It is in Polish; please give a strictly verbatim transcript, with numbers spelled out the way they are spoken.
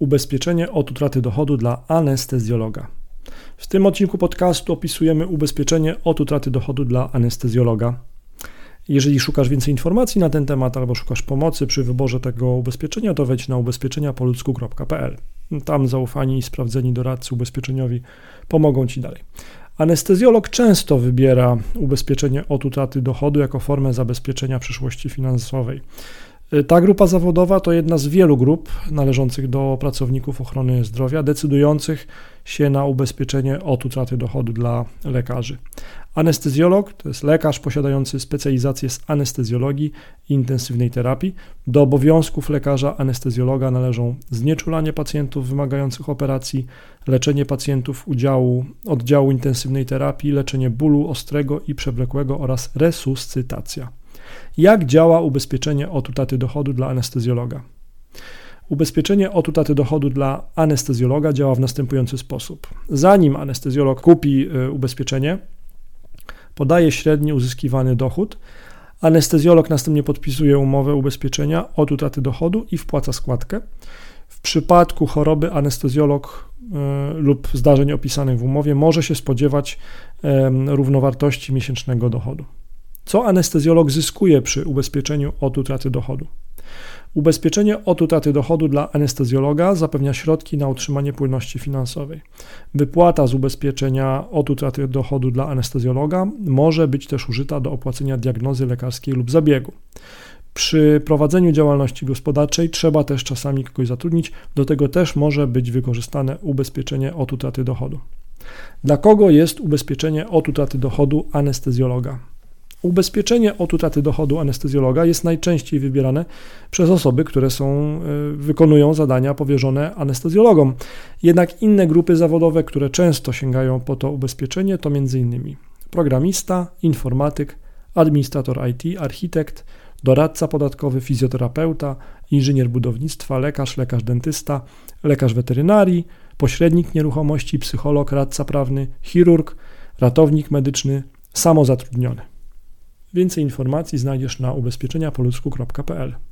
Ubezpieczenie od utraty dochodu dla anestezjologa. W tym odcinku podcastu opisujemy ubezpieczenie od utraty dochodu dla anestezjologa. Jeżeli szukasz więcej informacji na ten temat albo szukasz pomocy przy wyborze tego ubezpieczenia, to wejdź na ubezpieczenia po ludzku kropka p l. Tam zaufani i sprawdzeni doradcy ubezpieczeniowi pomogą Ci dalej. Anestezjolog często wybiera ubezpieczenie od utraty dochodu jako formę zabezpieczenia przyszłości finansowej. Ta grupa zawodowa to jedna z wielu grup należących do pracowników ochrony zdrowia decydujących się na ubezpieczenie od utraty dochodu dla lekarzy. Anestezjolog to jest lekarz posiadający specjalizację z anestezjologii i intensywnej terapii. Do obowiązków lekarza anestezjologa należą znieczulanie pacjentów wymagających operacji, leczenie pacjentów udziału, oddziału intensywnej terapii, leczenie bólu ostrego i przewlekłego oraz resuscytacja. Jak działa ubezpieczenie od utraty dochodu dla anestezjologa? Ubezpieczenie od utraty dochodu dla anestezjologa działa w następujący sposób. Zanim anestezjolog kupi ubezpieczenie, podaje średni uzyskiwany dochód, anestezjolog następnie podpisuje umowę ubezpieczenia od utraty dochodu i wpłaca składkę. W przypadku choroby anestezjolog y, lub zdarzeń opisanych w umowie może się spodziewać y, równowartości miesięcznego dochodu. Co anestezjolog zyskuje przy ubezpieczeniu od utraty dochodu? Ubezpieczenie od utraty dochodu dla anestezjologa zapewnia środki na utrzymanie płynności finansowej. Wypłata z ubezpieczenia od utraty dochodu dla anestezjologa może być też użyta do opłacenia diagnozy lekarskiej lub zabiegu. Przy prowadzeniu działalności gospodarczej trzeba też czasami kogoś zatrudnić, do tego też może być wykorzystane ubezpieczenie od utraty dochodu. Dla kogo jest ubezpieczenie od utraty dochodu anestezjologa? Ubezpieczenie od utraty dochodu anestezjologa jest najczęściej wybierane przez osoby, które są, wykonują zadania powierzone anestezjologom. Jednak inne grupy zawodowe, które często sięgają po to ubezpieczenie, to m.in. programista, informatyk, administrator I T, architekt, doradca podatkowy, fizjoterapeuta, inżynier budownictwa, lekarz, lekarz dentysta, lekarz weterynarii, pośrednik nieruchomości, psycholog, radca prawny, chirurg, ratownik medyczny, samozatrudniony. Więcej informacji znajdziesz na ubezpieczenia po ludzku kropka p l.